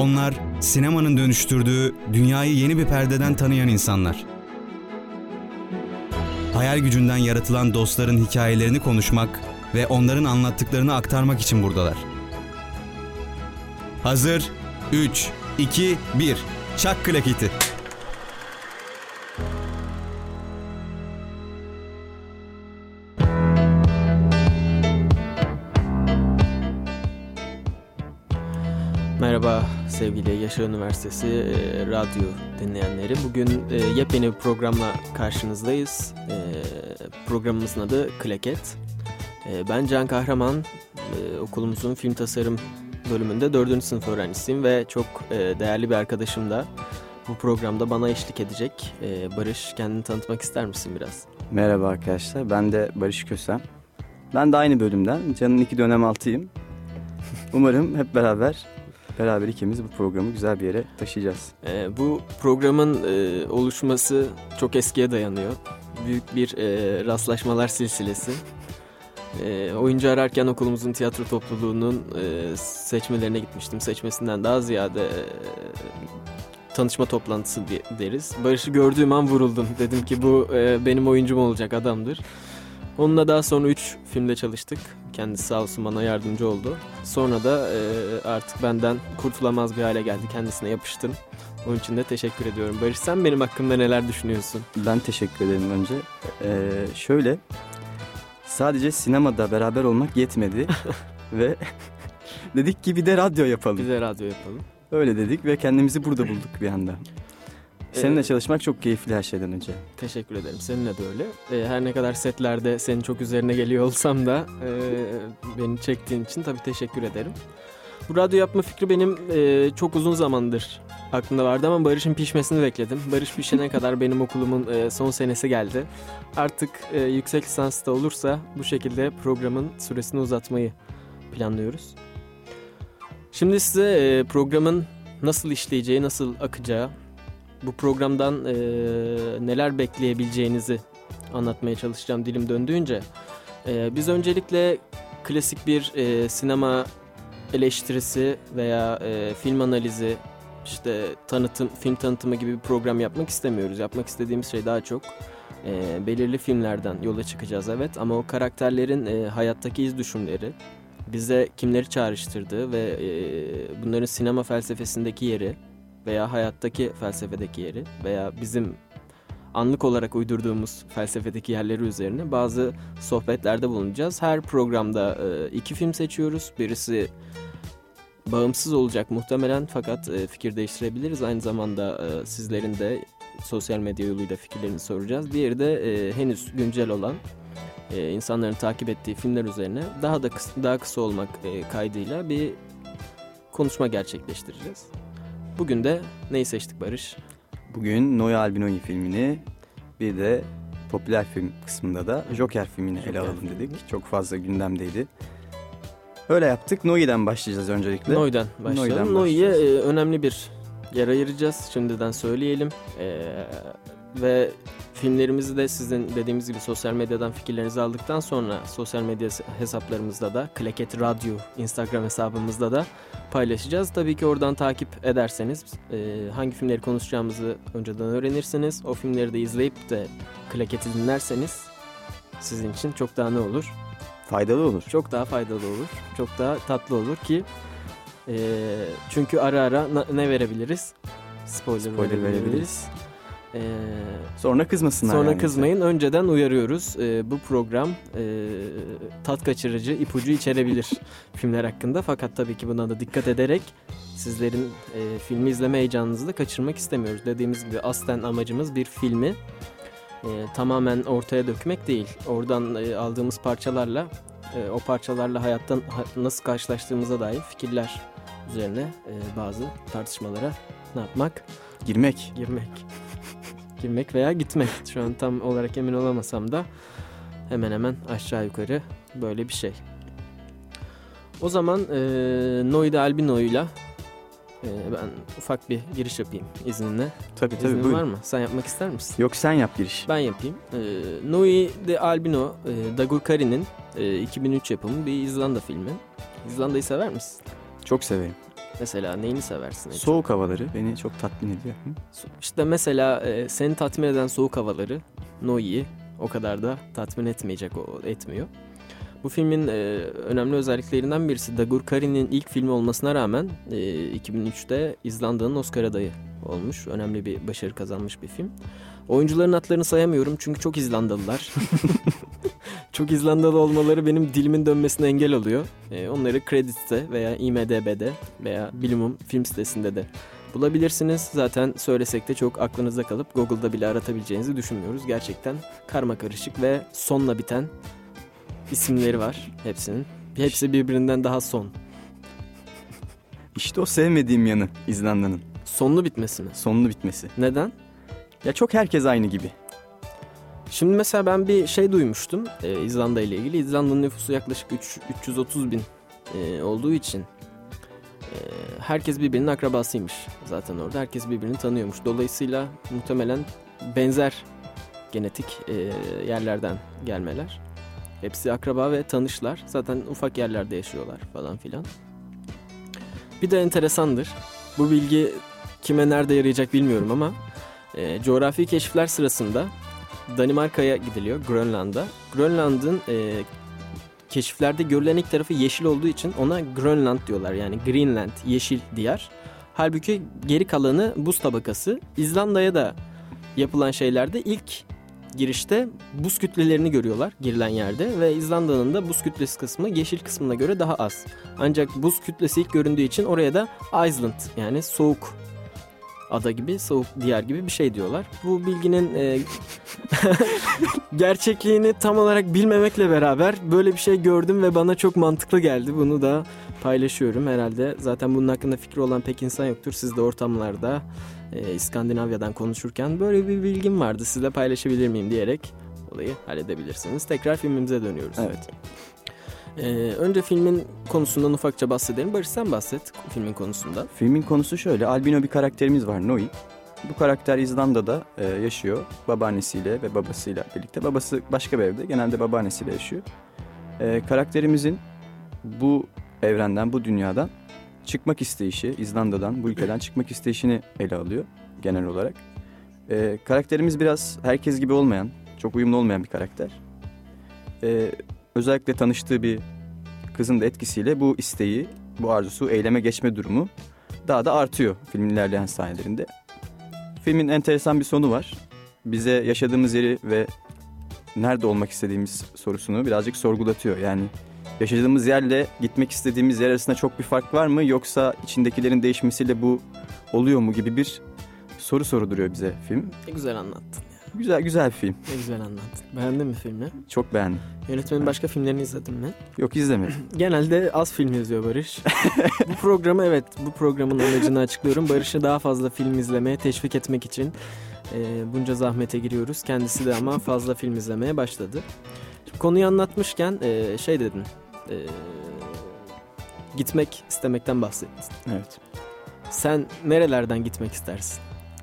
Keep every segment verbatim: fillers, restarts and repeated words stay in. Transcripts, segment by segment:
Onlar sinemanın dönüştürdüğü dünyayı yeni bir perdeden tanıyan insanlar. Hayal gücünden yaratılan dostların hikayelerini konuşmak ve onların anlattıklarını aktarmak için buradalar. Hazır, üç, iki, bir, çak klaketi. Merhaba sevgili Yaşar Üniversitesi e, radyo dinleyenleri. Bugün e, yepyeni bir programla karşınızdayız. E, programımızın adı Klaket. E, ben Can Kahraman, e, okulumuzun film tasarım bölümünde dördüncü sınıf öğrencisiyim ve çok e, değerli bir arkadaşım da bu programda bana eşlik edecek. E, Barış, kendini tanıtmak ister misin biraz? Merhaba arkadaşlar, ben de Barış Kösem. Ben de aynı bölümden, Can'ın iki dönem altıyım. Umarım hep beraber... Beraber ikimiz bu programı güzel bir yere taşıyacağız. Ee, bu programın e, oluşması çok eskiye dayanıyor. Büyük bir e, rastlaşmalar silsilesi. E, oyuncu ararken okulumuzun tiyatro topluluğunun e, seçmelerine gitmiştim. Seçmesinden daha ziyade e, tanışma toplantısı deriz. Barış'ı gördüğüm an vuruldum. Dedim ki bu e, benim oyuncum olacak adamdır. Onunla daha sonra üç filmde çalıştık. Kendisi sağ olsun bana yardımcı oldu. Sonra da e, artık benden kurtulamaz bir hale geldi. Kendisine yapıştım. Onun için de teşekkür ediyorum. Barış, sen benim hakkımda neler düşünüyorsun? Ben teşekkür ederim önce. Ee, şöyle, sadece sinemada beraber olmak yetmedi. Ve dedik ki bir de radyo yapalım. Bir de radyo yapalım. Öyle dedik ve kendimizi burada bulduk bir anda. Seninle ee, çalışmak çok keyifli her şeyden önce. Teşekkür ederim. Seninle de öyle. Ee, her ne kadar setlerde senin çok üzerine geliyor olsam da e, beni çektiğin için tabii teşekkür ederim. Bu radyo yapma fikri benim e, çok uzun zamandır aklımda vardı ama Barış'ın pişmesini bekledim. Barış pişene kadar benim okulumun e, son senesi geldi. Artık e, yüksek lisansta olursa bu şekilde programın süresini uzatmayı planlıyoruz. Şimdi size e, programın nasıl işleyeceği, nasıl akacağı, bu programdan e, neler bekleyebileceğinizi anlatmaya çalışacağım dilim döndüğünce. E, biz öncelikle klasik bir e, sinema eleştirisi veya e, film analizi, işte tanıtım, film tanıtımı gibi bir program yapmak istemiyoruz. Yapmak istediğimiz şey daha çok e, belirli filmlerden yola çıkacağız, evet. Ama o karakterlerin e, hayattaki iz düşümleri, bize kimleri çağrıştırdığı ve e, bunların sinema felsefesindeki yeri veya hayattaki felsefedeki yeri veya bizim anlık olarak uydurduğumuz felsefedeki yerleri üzerine bazı sohbetlerde bulunacağız. Her programda e, iki film seçiyoruz. Birisi bağımsız olacak muhtemelen, fakat e, fikir değiştirebiliriz. Aynı zamanda e, sizlerin de sosyal medya yoluyla fikirlerini soracağız. Diğeri de e, henüz güncel olan e, insanların takip ettiği filmler üzerine daha da kısa, daha kısa olmak e, kaydıyla bir konuşma gerçekleştireceğiz. Bugün de neyi seçtik Barış? Bugün Noi Albinoi filmini, bir de popüler film kısmında da Joker filmini Joker ele alalım filmi. dedik. Çok fazla gündemdeydi. Öyle yaptık. Noi'den başlayacağız öncelikle. Noi'den başlayalım. Noi'ye e, önemli bir yer ayıracağız. Şimdiden söyleyelim. E, ve filmlerimizi de sizin dediğimiz gibi sosyal medyadan fikirlerinizi aldıktan sonra sosyal medya hesaplarımızda da, Klaket Radyo Instagram hesabımızda da paylaşacağız. Tabii ki oradan takip ederseniz e, hangi filmleri konuşacağımızı önceden öğrenirsiniz. O filmleri de izleyip de Klaket'i dinlerseniz sizin için çok daha ne olur? Faydalı olur. Çok daha faydalı olur. Çok daha tatlı olur ki e, çünkü ara ara na, ne verebiliriz? Spoiler, Spoiler verebiliriz. verebiliriz. Ee, sonra kızmasınlar. Sonra yani kızmayın. Bize. Önceden uyarıyoruz. Ee, bu program e, tat kaçırıcı, ipucu içerebilir filmler hakkında. Fakat tabii ki buna da dikkat ederek sizlerin e, filmi izleme heyecanınızı da kaçırmak istemiyoruz. Dediğimiz gibi aslen amacımız bir filmi e, tamamen ortaya dökmek değil. Oradan e, aldığımız parçalarla, e, o parçalarla hayattan ha, nasıl karşılaştığımıza dair fikirler üzerine e, bazı tartışmalara ne yapmak? Girmek. Girmek. Girmek veya gitmek. Şu an tam olarak emin olamasam da hemen hemen aşağı yukarı böyle bir şey. O zaman e, Noi Albinoi'yla e, ben ufak bir giriş yapayım izninle. Tabii tabii. İznin buyurun. var mı? Sen yapmak ister misin? Yok, sen yap giriş. Ben yapayım. E, Noi de Albino, e, Dagur Kari'nin e, iki bin üç yapımı bir İzlanda filmi. İzlanda'yı sever misin? Çok severim. Mesela neyini seversin? en çok? Soğuk havaları beni çok tatmin ediyor. İşte mesela e, seni tatmin eden soğuk havaları Noi'yi o kadar da tatmin etmeyecek, o etmiyor. Bu filmin e, önemli özelliklerinden birisi Dagur Kari'nin ilk filmi olmasına rağmen e, iki bin üçte İzlanda'nın Oscar adayı olmuş. Önemli bir başarı kazanmış bir film. Oyuncuların adlarını sayamıyorum çünkü çok İzlandalılar. Çok İzlandalı olmaları benim dilimin dönmesine engel oluyor. E, onları Credits'te veya I M D B'de veya Bilimum film sitesinde de bulabilirsiniz. Zaten söylesek de çok aklınızda kalıp Google'da bile aratabileceğinizi düşünmüyoruz. Gerçekten karmakarışık ve sonla biten isimleri var hepsinin. Hepsi birbirinden daha son. İşte o sevmediğim yanı İzlanda'nın. Sonlu bitmesi mi? Sonlu bitmesi. Neden? Ya çok herkes aynı gibi. Şimdi mesela ben bir şey duymuştum e, İzlanda ile ilgili. İzlanda'nın nüfusu yaklaşık üç yüz otuz bin e, olduğu için e, herkes birbirinin akrabasıymış zaten orada. Herkes birbirini tanıyormuş. Dolayısıyla muhtemelen benzer genetik e, yerlerden gelmeler. Hepsi akraba ve tanışlar. Zaten ufak yerlerde yaşıyorlar falan filan. Bir de enteresandır. Bu bilgi kime nerede yarayacak bilmiyorum ama e, coğrafi keşifler sırasında Danimarka'ya gidiliyor, Grönland'a. Grönland'ın e, keşiflerde görülen ilk tarafı yeşil olduğu için ona Grönland diyorlar. Yani Greenland, yeşil diyar. Halbuki geri kalanı buz tabakası. İzlanda'ya da yapılan şeylerde ilk girişte buz kütlelerini görüyorlar girilen yerde ve İzlanda'nın da buz kütlesi kısmı yeşil kısmına göre daha az. Ancak buz kütlesi ilk göründüğü için oraya da Iceland yani soğuk ada gibi, soğuk diyar gibi bir şey diyorlar. Bu bilginin e, gerçekliğini tam olarak bilmemekle beraber böyle bir şey gördüm ve bana çok mantıklı geldi. Bunu da paylaşıyorum herhalde. Zaten bunun hakkında fikri olan pek insan yoktur. Siz de ortamlarda e, İskandinavya'dan konuşurken böyle bir bilgim vardı. Sizle paylaşabilir miyim diyerek olayı halledebilirsiniz. Tekrar filmimize dönüyoruz. Evet. Ee, önce filmin konusundan ufakça bahsedelim. Barış sen bahset filmin konusundan. Filmin konusu şöyle. Albino bir karakterimiz var, Noi. Bu karakter İzlanda'da e, yaşıyor. Babaannesiyle ve babasıyla birlikte. Babası başka bir evde. Genelde babaannesiyle yaşıyor. E, karakterimizin bu evrenden, bu dünyadan çıkmak isteyişi, İzlanda'dan, bu ülkeden çıkmak isteyişini ele alıyor genel olarak. E, karakterimiz biraz herkes gibi olmayan, çok uyumlu olmayan bir karakter. E, özellikle tanıştığı bir kızın da etkisiyle bu isteği, bu arzusu, eyleme geçme durumu daha da artıyor filmin ilerleyen sahnelerinde. Filmin enteresan bir sonu var. Bize yaşadığımız yeri ve nerede olmak istediğimiz sorusunu birazcık sorgulatıyor. Yani yaşadığımız yerle gitmek istediğimiz yer arasında çok bir fark var mı? Yoksa içindekilerin değişmesiyle bu oluyor mu gibi bir soru sorduruyor bize film. Ne güzel anlattın. Güzel güzel bir film. Ne güzel anlattın. Beğendin mi filmi? Çok beğendim. Yönetmenin başka filmlerini izledin mi? Yok, izlemedim. Genelde az film yazıyor Barış. Bu programı evet, bu programın amacını açıklıyorum. Barış'ı daha fazla film izlemeye teşvik etmek için e, bunca zahmete giriyoruz. Kendisi de ama fazla film izlemeye başladı. Şimdi konuyu anlatmışken e, şey dedin. E, gitmek istemekten bahsettin. Evet. Sen nerelerden gitmek istersin?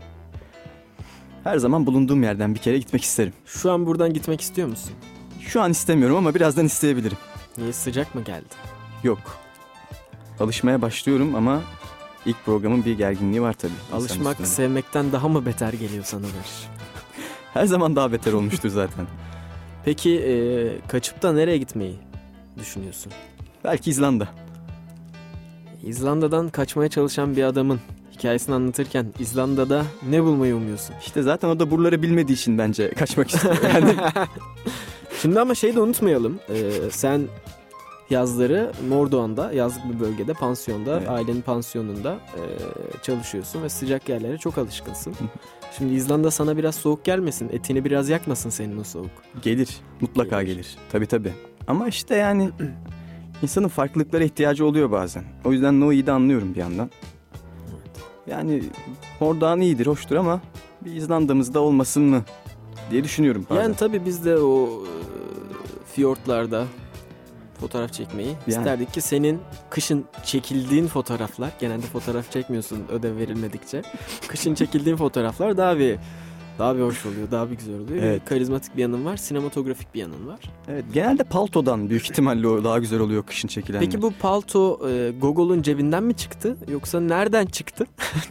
Her zaman bulunduğum yerden bir kere gitmek isterim. Şu an buradan gitmek istiyor musun? Şu an istemiyorum ama birazdan isteyebilirim. Niye, sıcak mı geldi? Yok. Alışmaya başlıyorum ama ilk programın bir gerginliği var tabii. Alışmak sevmekten daha mı beter geliyor sana Barış? Her zaman daha beter olmuştur zaten. Peki e, kaçıp da nereye gitmeyi düşünüyorsun? Belki İzlanda. İzlanda'dan kaçmaya çalışan bir adamın hikayesini anlatırken İzlanda'da ne bulmayı umuyorsun? İşte zaten o da buraları bilmediği için bence kaçmak istiyor. Yani... Şimdi ama şeyi de unutmayalım. Ee, sen yazları Mordoğan'da, yazlık bir bölgede, pansiyonda, evet. Ailenin pansiyonunda e, çalışıyorsun ve sıcak yerlere çok alışkınsın. Şimdi İzlanda sana biraz soğuk gelmesin, etini biraz yakmasın senin o soğuk. Gelir, mutlaka gelir. gelir. Tabii tabii. Ama işte yani insanın farklılıklara ihtiyacı oluyor bazen. O yüzden Noi'yi de anlıyorum bir yandan. Yani Mordoğan iyidir, hoştur ama bir İzlanda'mızda olmasın mı diye düşünüyorum bazen. Yani tabii biz de o e, fiyortlarda fotoğraf çekmeyi yani isterdik ki senin kışın çekildiğin fotoğraflar, genelde fotoğraf çekmiyorsun ödev verilmedikçe, kışın çekildiğin fotoğraflar daha bir Daha bir hoş oluyor, daha bir güzel oluyor. Evet. Karizmatik bir yanın var, sinematografik bir yanın var. Evet, genelde paltodan büyük ihtimalle o daha güzel oluyor kışın çekilenler. Peki bu palto e, Gogol'un cebinden mi çıktı yoksa nereden çıktı?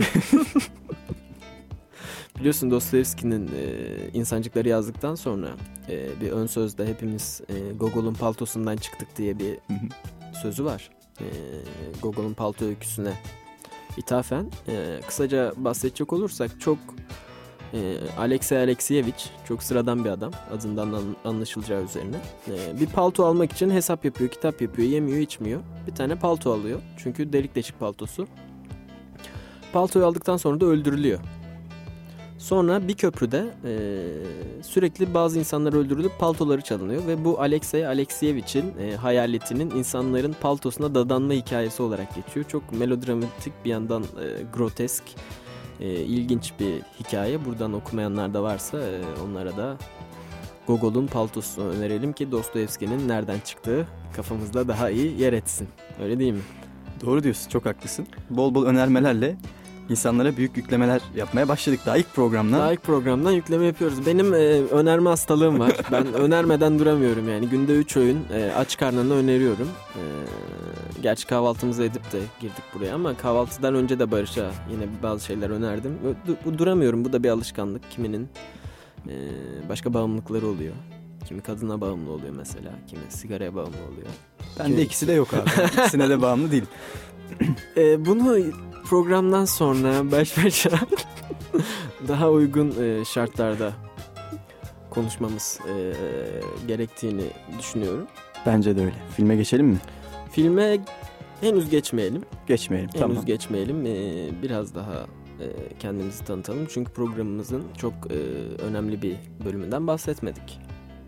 Biliyorsun Dostoyevski'nin e, İnsancıkları yazdıktan sonra e, bir ön sözde hepimiz e, Gogol'un paltosundan çıktık diye bir sözü var. E, Gogol'un palto öyküsüne ithafen. E, kısaca bahsedecek olursak çok e, Alexey Alekseyevich çok sıradan bir adam, adından an, anlaşılacağı üzerine. E, bir palto almak için hesap yapıyor, kitap yapıyor, yemiyor, içmiyor. Bir tane palto alıyor çünkü delik deşik paltosu. Paltoyu aldıktan sonra da öldürülüyor. Sonra bir köprüde e, sürekli bazı insanlar öldürülüp paltoları çalınıyor ve bu Alexey Alekseyevich'in e, hayaletinin insanların paltosuna dadanma hikayesi olarak geçiyor. Çok melodramatik, bir yandan e, grotesk, e, ilginç bir hikaye. Buradan okumayanlar da varsa e, onlara da Gogol'un paltosunu önerelim ki Dostoyevski'nin nereden çıktığı kafamızda daha iyi yer etsin. Öyle değil mi? Doğru diyorsun, çok haklısın. Bol bol önermelerle İnsanlara büyük yüklemeler yapmaya başladık daha ilk programdan. Daha ilk programdan yükleme yapıyoruz. Benim e, önerme hastalığım var. Ben önermeden duramıyorum yani. Günde üç öğün e, aç karnına öneriyorum. E, gerçi kahvaltımızı edip de girdik buraya ama kahvaltıdan önce de Barış'a yine bazı şeyler önerdim. Du- duramıyorum. Bu da bir alışkanlık. Kiminin e, başka bağımlılıkları oluyor. Kimi kadına bağımlı oluyor mesela. Kimi sigaraya bağımlı oluyor. Ben de ikisi de yok abi. İkisine de bağımlı değilim. E, bunu programdan sonra baş başa daha uygun e, şartlarda konuşmamız e, gerektiğini düşünüyorum. Bence de öyle. Filme geçelim mi? Filme henüz geçmeyelim. Geçmeyelim. Henüz Tamam. geçmeyelim. E, biraz daha e, kendimizi tanıtalım. Çünkü programımızın çok e, önemli bir bölümünden bahsetmedik.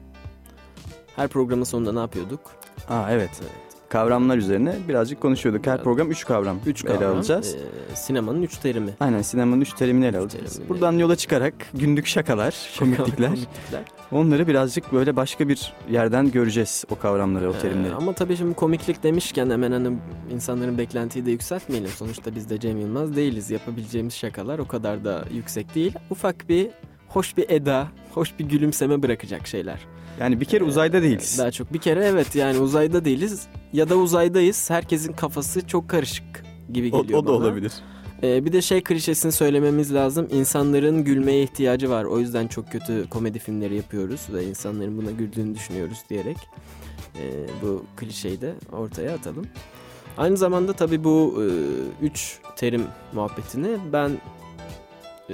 Her programın sonunda ne yapıyorduk? Aa evet. Evet. Kavramlar üzerine birazcık konuşuyorduk. Her Biraz. program üç kavram Üç ele kavram. alacağız. E, sinemanın üç terimi. Aynen, sinemanın üç terimini ele Üç alacağız. terimini. Buradan yola çıkarak günlük şakalar, komiklikler, Komiklikler. onları birazcık böyle başka bir yerden göreceğiz, o kavramları, o terimleri. Ee, ama tabii şimdi komiklik demişken hemen hani insanların beklentiyi de yükseltmeyelim. Sonuçta biz de Cem Yılmaz değiliz. Yapabileceğimiz şakalar o kadar da yüksek değil. Ufak bir, hoş bir eda, hoş bir gülümseme bırakacak şeyler. Yani bir kere uzayda değiliz. Daha çok bir kere evet, yani uzayda değiliz ya da uzaydayız. Herkesin kafası çok karışık gibi o, geliyor o da bana. olabilir. Ee, bir de şey klişesini söylememiz lazım. İnsanların gülmeye ihtiyacı var. O yüzden çok kötü komedi filmleri yapıyoruz ve insanların buna güldüğünü düşünüyoruz diyerek e, bu klişeyi de ortaya atalım. Aynı zamanda tabii bu e, üç terim muhabbetini ben e,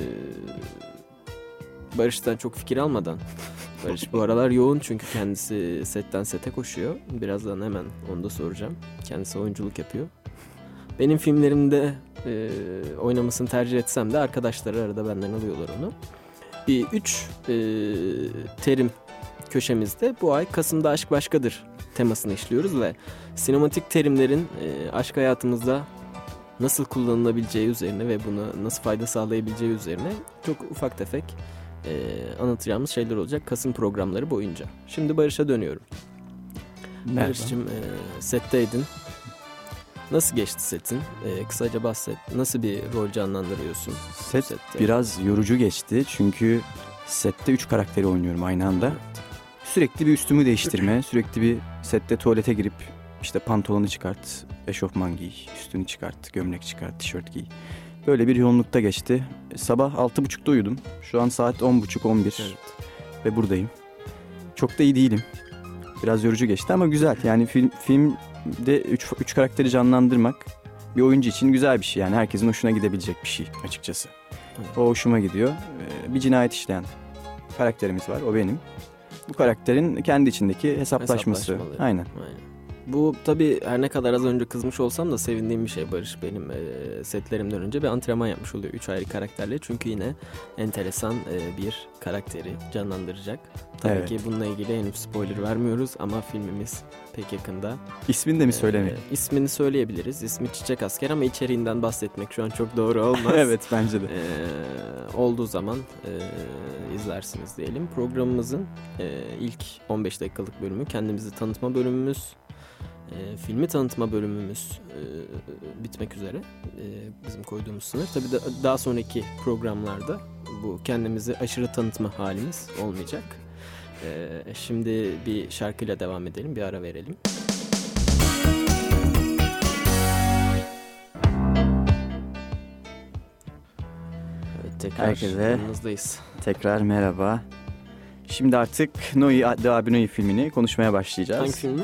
Barış'tan çok fikir almadan, Barış bu aralar yoğun çünkü kendisi setten sete koşuyor. Birazdan hemen onu da soracağım. Kendisi oyunculuk yapıyor. Benim filmlerimde e, oynamasını tercih etsem de arkadaşları arada benden alıyorlar onu. Bir üç e, terim köşemizde bu ay Kasım'da Aşk Başkadır temasını işliyoruz ve sinematik terimlerin e, aşk hayatımızda nasıl kullanılabileceği üzerine ve buna nasıl fayda sağlayabileceği üzerine çok ufak tefek e, anlatacağımız şeyler olacak Kasım programları boyunca. Şimdi Barış'a dönüyorum. Merhaba. Barış'cığım e, setteydin. Nasıl geçti setin? Ee, kısaca bahset. Nasıl bir rol canlandırıyorsun? Set sette? biraz yorucu geçti çünkü sette üç karakteri oynuyorum aynı anda. Sürekli bir üstümü değiştirme, sürekli bir sette tuvalete girip işte pantolonu çıkart, eşofman giy, üstünü çıkart, gömlek çıkart, tişört giy. Böyle bir yoğunlukta geçti. Sabah altı buçukta uyudum. Şu an saat on buçuk on bir Evet. ve buradayım. Çok da iyi değilim. Biraz yorucu geçti ama güzel. Yani film filmde üç, üç karakteri canlandırmak bir oyuncu için güzel bir şey. Yani herkesin hoşuna gidebilecek bir şey açıkçası. Evet. O hoşuma gidiyor. Ee, bir cinayet işleyen karakterimiz var. O benim. Bu karakterin kendi içindeki hesaplaşması. Hesaplaşmaları. Aynen. Aynen. Bu tabii her ne kadar az önce kızmış olsam da sevindiğim bir şey Barış. Benim e, setlerimden önce bir antrenman yapmış oluyor üç ayrı karakterle. Çünkü yine enteresan e, bir karakteri canlandıracak. Tabii Evet. ki bununla ilgili henüz spoiler vermiyoruz ama filmimiz pek yakında. İsmini de mi söylemeyin? E, ismini söyleyebiliriz. İsmi Çiçek Asker ama içeriğinden bahsetmek şu an çok doğru olmaz. Evet, bence de. Ee, olduğu zaman e, izlersiniz diyelim. Programımızın e, ilk on beş dakikalık bölümü kendimizi tanıtma bölümümüz. E, filmi tanıtma bölümümüz e, bitmek üzere. E, bizim koyduğumuz sınır. Tabii da, daha sonraki programlarda bu kendimizi aşırı tanıtma halimiz olmayacak. E, şimdi bir şarkıyla devam edelim, bir ara verelim. Evet, tekrar Herkese yanınızdayız. Tekrar merhaba. Şimdi artık Noi Albinoi filmini konuşmaya başlayacağız. Hangi filmi?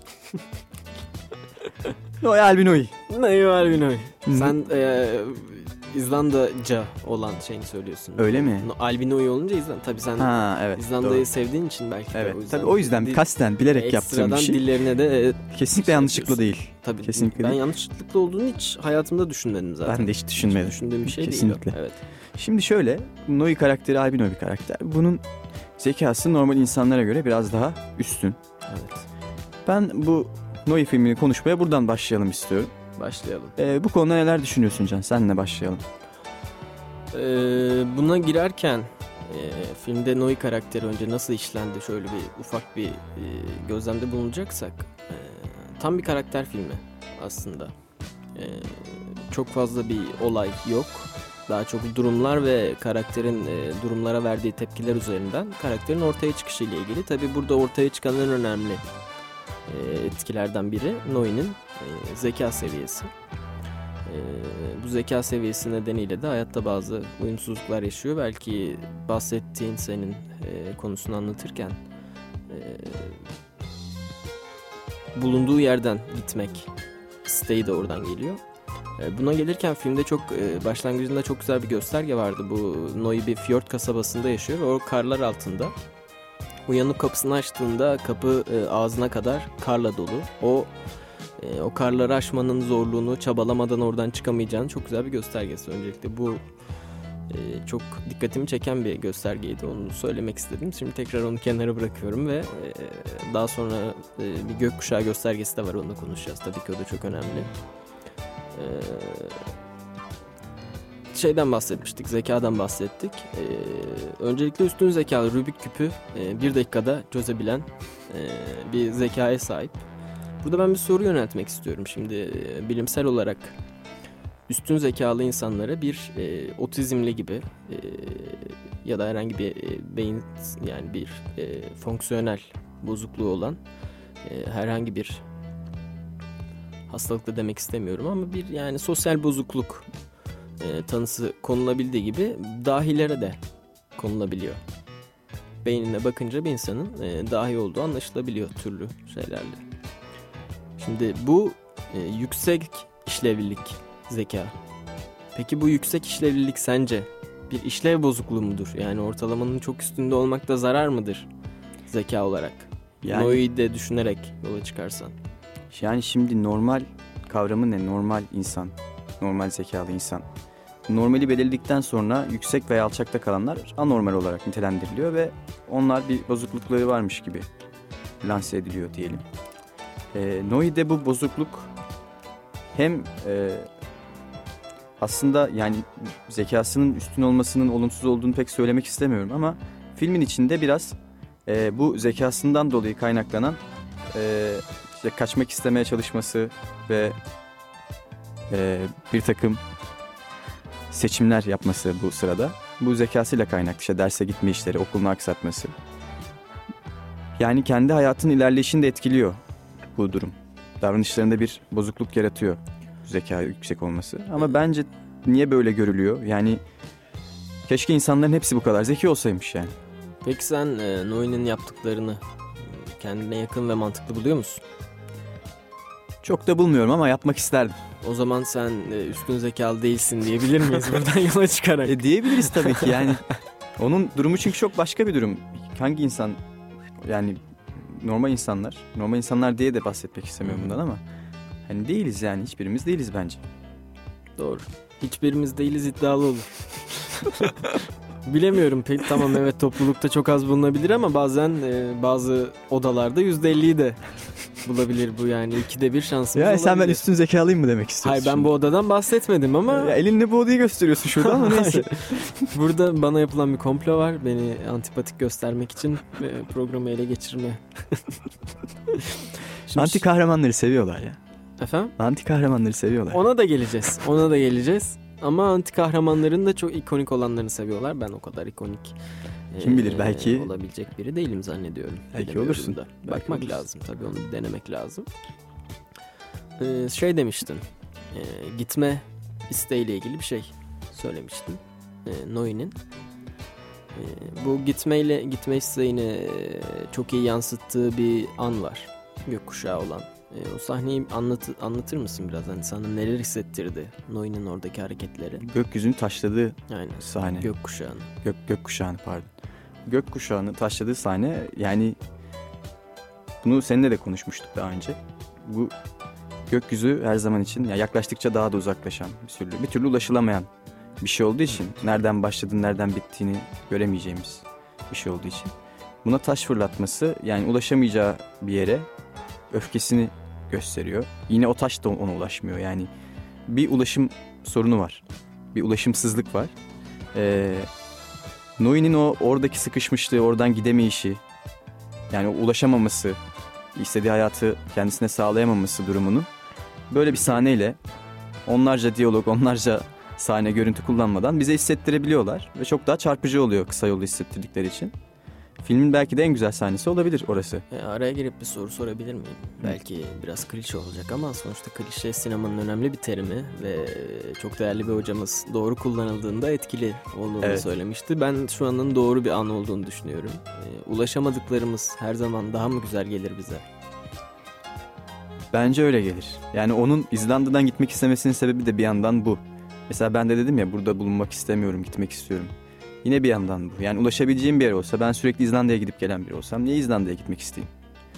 Noi Albinoi. Noi Albinoi. Sen e, İzlandaca olan şeyini söylüyorsun. Öyle mi? Albinoi olunca İzlanda. Tabii sen ha, evet, İzlanda'yı doğru. sevdiğin için belki de evet, o yüzden. Tabii o yüzden dil, kasten bilerek yaptığım bir şey. dillerine de e, kesinlikle şey yanlışlıkla yapıyorsun. değil. Tabii. Kesinlikle ben değil. yanlışlıkla olduğunu hiç hayatımda düşünmedim zaten. Ben de hiç düşünmedim. Hiç düşündüğüm bir şey kesinlikle. değil o. Evet. Şimdi şöyle, Noi karakteri albino bir karakter. Bunun zekası normal insanlara göre biraz daha üstün. Evet. Ben bu Noi filmini konuşmaya buradan başlayalım istiyorum. Başlayalım. Ee, bu konuda neler düşünüyorsun Can? Seninle başlayalım. Ee, buna girerken e, filmde Noi karakteri önce nasıl işlendi şöyle bir ufak bir e, gözlemde bulunacaksak e, tam bir karakter filmi aslında. E, çok fazla bir olay yok. Daha çok durumlar ve karakterin e, durumlara verdiği tepkiler üzerinden karakterin ortaya çıkışı ile ilgili. Tabii burada ortaya çıkan en önemli e, etkilerden biri Noi'nin e, zeka seviyesi. E, bu zeka seviyesi nedeniyle de hayatta bazı uyumsuzluklar yaşıyor. Belki bahsettiğin senin e, konusunu anlatırken e, bulunduğu yerden gitmek isteği de oradan geliyor. Buna gelirken filmde çok başlangıcında çok güzel bir gösterge vardı. Bu Noi bir fiyort kasabasında yaşıyor ve o karlar altında. Uyanıp kapısını açtığında kapı ağzına kadar karla dolu. O o karları aşmanın zorluğunu, çabalamadan oradan çıkamayacağını çok güzel bir göstergesi. Öncelikle bu çok dikkatimi çeken bir göstergeydi. Onu söylemek istedim. Şimdi tekrar onu kenara bırakıyorum ve daha sonra bir gökkuşağı göstergesi de var. Onu da konuşacağız. Tabii ki o da çok önemli. Ee, şeyden bahsetmiştik, zekadan bahsettik. Ee, öncelikle üstün zekalı Rubik küpü e, bir dakikada çözebilen e, bir zekaya sahip. Burada ben bir soru yöneltmek istiyorum. Şimdi e, bilimsel olarak üstün zekalı insanlara bir e, otizmli gibi e, ya da herhangi bir e, beyin yani bir e, fonksiyonel bozukluğu olan e, herhangi bir hastalıkla demek istemiyorum ama bir yani sosyal bozukluk e, tanısı konulabildiği gibi dahilere de konulabiliyor. Beynine bakınca bir insanın e, dahi olduğu anlaşılabiliyor türlü şeylerle. Şimdi bu e, yüksek işlevlilik zeka. Peki bu yüksek işlevlilik sence bir işlev bozukluğu mudur? Yani ortalamanın çok üstünde olmak da zarar mıdır zeka olarak? Yani, Noi'yi de düşünerek yola çıkarsan. Yani şimdi normal kavramı ne? Normal insan, normal zekalı insan. Normali belirledikten sonra yüksek veya alçakta kalanlar anormal olarak nitelendiriliyor ve onlar bir bozuklukları varmış gibi lanse ediliyor diyelim. E, Noi'de bu bozukluk hem e, aslında yani zekasının üstün olmasının olumsuz olduğunu pek söylemek istemiyorum ama filmin içinde biraz e, bu zekasından dolayı kaynaklanan e, işte kaçmak istemeye çalışması ve e, bir takım seçimler yapması bu sırada. Bu zekasıyla kaynaklı işte derse gitme işleri, okulunu aksatması. Yani kendi hayatının ilerleyişini de etkiliyor bu durum. Davranışlarında bir bozukluk yaratıyor zeka yüksek olması. Ama bence niye böyle görülüyor? Yani keşke insanların hepsi bu kadar zeki olsaymış yani. Peki sen e, Noi'nin yaptıklarını kendine yakın ve mantıklı buluyor musun? Çok da bulmuyorum ama yapmak isterdim. O zaman sen e, üstün zekalı değilsin diyebilir miyiz buradan yola çıkarak? E, diyebiliriz tabii ki yani. Onun durumu çünkü çok başka bir durum. Hangi insan yani normal insanlar, normal insanlar diye de bahsetmek istemiyorum bundan ama hani değiliz yani hiçbirimiz değiliz bence. Doğru. Hiçbirimiz değiliz iddialı olur. Bilemiyorum pek tamam evet toplulukta çok az bulunabilir ama bazen e, bazı odalarda yüzde elliyi de bulabilir bu yani ikide bir şansımız ya olabilir. sen ben üstün zekalıyım mı demek istiyorsun? Hayır ben şimdi? bu odadan bahsetmedim ama. Ya elinle bu odayı gösteriyorsun şurada ama neyse. Burada bana yapılan bir komplo var. Beni antipatik göstermek için programı ele geçirme. Şimdi Anti kahramanları seviyorlar ya. Efendim? Anti kahramanları seviyorlar. Ona da geleceğiz. Ona da geleceğiz. Ama anti kahramanların da çok ikonik olanlarını seviyorlar. Ben o kadar ikonik Kim bilir, belki olabilecek biri değilim zannediyorum. Belki Bilemiyorum olursun. da. Belki Bakmak olursun. lazım tabii, onu bir denemek lazım. Ee, şey demiştin. E, gitme isteğiyle ilgili bir şey söylemiştin. E, Noi'nin. E, bu gitmeyle gitme isteğini e, çok iyi yansıttığı bir an var. Gökkuşağı olan. E, o sahneyi anlat, anlatır mısın biraz? Hani sana neler hissettirdi Noi'nin oradaki hareketleri? Gökyüzünü taşladığı Aynen. sahne. Gökkuşağını. Gök, gökkuşağını pardon. Gökkuşağını taşladığı sahne, yani bunu seninle de konuşmuştuk daha önce. Bu gökyüzü her zaman için ya yaklaştıkça daha da uzaklaşan bir türlü, bir türlü ulaşılamayan bir şey olduğu için, nereden başladığını nereden bittiğini göremeyeceğimiz bir şey olduğu için buna taş fırlatması, yani ulaşamayacağı bir yere öfkesini gösteriyor. Yine o taş da ona ulaşmıyor. Yani bir ulaşım sorunu var. Bir ulaşımsızlık var. Ee, Noi'nin o oradaki sıkışmışlığı, oradan gidemeyişi, yani ulaşamaması, istediği hayatı kendisine sağlayamaması durumunu böyle bir sahneyle, onlarca diyalog, onlarca sahne, görüntü kullanmadan bize hissettirebiliyorlar ve çok daha çarpıcı oluyor kısa yolda hissettirdikleri için. Filmin belki de en güzel sahnesi olabilir orası. E, araya girip bir soru sorabilir miyim? Hı. Belki biraz klişe olacak ama sonuçta klişe sinemanın önemli bir terimi ve çok değerli bir hocamız doğru kullanıldığında etkili olduğunu evet. söylemişti. Ben şu anın doğru bir an olduğunu düşünüyorum. E, ulaşamadıklarımız her zaman daha mı güzel gelir bize? Bence öyle gelir. Yani onun İzlanda'dan gitmek istemesinin sebebi de bir yandan bu. Mesela ben de dedim ya, burada bulunmak istemiyorum, gitmek istiyorum. Yine bir yandan bu. Yani ulaşabileceğim bir yer olsa, ben sürekli İzlanda'ya gidip gelen biri olsam niye İzlanda'ya gitmek isteyeyim?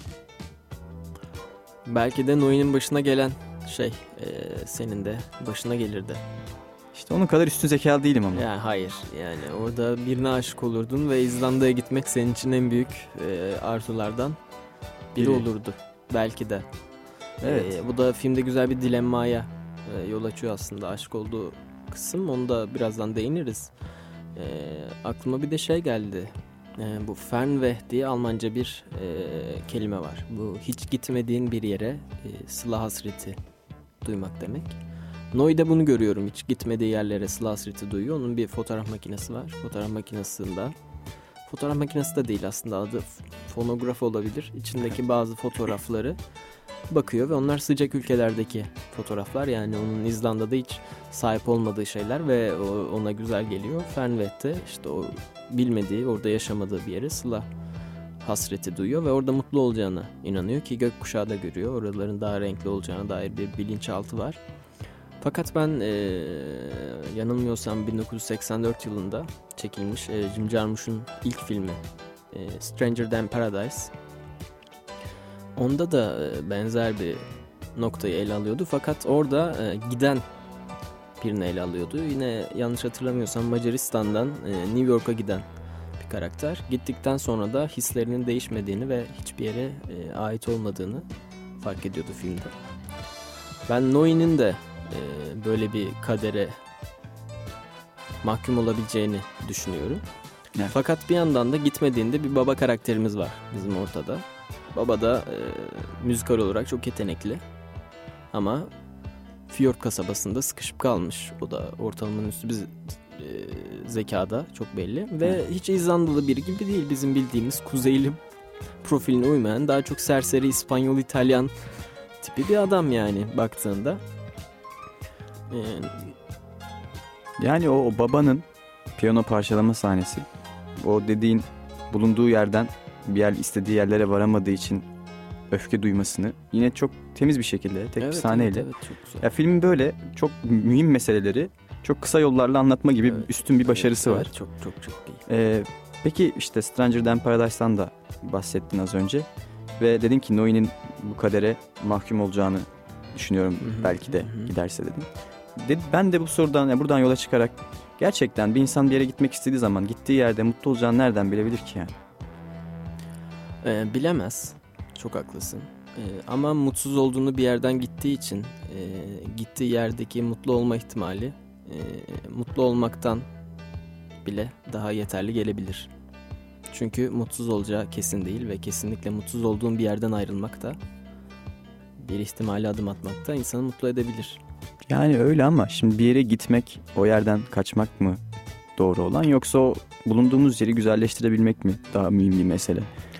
Belki de Noi'nin başına gelen şey e, senin de başına gelirdi. İşte onun kadar üstün zekalı değilim ama. Ya hayır, yani orada birine aşık olurdun ve İzlanda'ya gitmek senin için en büyük e, arzulardan biri, biri olurdu. Belki de. Evet. E, bu da filmde güzel bir dilemmaya e, yol açıyor aslında, aşık olduğu kısım. Onu da birazdan değiniriz. E, aklıma bir de şey geldi. E, bu Fernweh diye Almanca bir e, kelime var. Bu hiç gitmediğin bir yere e, sıla hasreti duymak demek. Noi'de bunu görüyorum. Hiç gitmediği yerlere sıla hasreti duyuyor. Onun bir fotoğraf makinesi var. Fotoğraf makinesinde, fotoğraf makinesi de değil aslında, adı fonograf olabilir. İçindeki bazı fotoğrafları bakıyor ve onlar sıcak ülkelerdeki fotoğraflar. Yani onun İzlanda'da hiç sahip olmadığı şeyler ve ona güzel geliyor. Fernweh'te işte o bilmediği, orada yaşamadığı bir yere sıla hasreti duyuyor ve orada mutlu olacağına inanıyor ki gökkuşağı da görüyor. Oraların daha renkli olacağına dair bir bilinçaltı var. Fakat ben e, yanılmıyorsam bin dokuz yüz seksen dört yılında çekilmiş e, Jim Jarmusch'un ilk filmi e, Stranger Than Paradise. Onda da e, benzer bir noktayı ele alıyordu. Fakat orada e, giden birini ele alıyordu. Yine yanlış hatırlamıyorsam Macaristan'dan e, New York'a giden bir karakter. Gittikten sonra da hislerinin değişmediğini ve hiçbir yere e, ait olmadığını fark ediyordu filmde. Ben Noi'nin de e, böyle bir kadere mahkum olabileceğini düşünüyorum. Evet. Fakat bir yandan da gitmediğinde bir baba karakterimiz var bizim ortada. Baba da e, müzikal olarak çok yetenekli ama Fjord kasabasında sıkışıp kalmış. O da ortalamanın üstü bir e, zekada, çok belli. Ve Hı. hiç İzlandalı biri gibi değil, bizim bildiğimiz kuzeyli profiline uymayan, daha çok serseri İspanyol, İtalyan tipi bir adam yani baktığında. Ee, yani o, o babanın piyano parçalama sahnesi, o dediğin bulunduğu yerden bir yer, istediği yerlere varamadığı için öfke duymasını yine çok temiz bir şekilde, tek evet, bir sahneyle. Evet, evet, çok güzel. Ya filmin böyle çok mühim meseleleri çok kısa yollarla anlatma gibi evet, üstün bir başarısı evet, var. Evet, çok çok çok iyi. Ee, peki işte Stranger Than Paradise'dan da bahsettin az önce ve dedin ki Noi'nin bu kadere mahkum olacağını düşünüyorum, Hı-hı. belki de Hı-hı. giderse dedin. De, ben de bu sorudan, yani buradan yola çıkarak gerçekten bir insan bir yere gitmek istediği zaman gittiği yerde mutlu olacağını nereden bilebilir ki yani? Ee, bilemez. Çok haklısın. Ee, ama mutsuz olduğunu bir yerden gittiği için e, gittiği yerdeki mutlu olma ihtimali e, mutlu olmaktan bile daha yeterli gelebilir. Çünkü mutsuz olacağı kesin değil ve kesinlikle mutsuz olduğun bir yerden ayrılmak da bir ihtimale adım atmak da insanı mutlu edebilir. Yani öyle ama şimdi bir yere gitmek, o yerden kaçmak mı doğru olan, yoksa o bulunduğumuz yeri güzelleştirebilmek mi daha mühim bir mesele?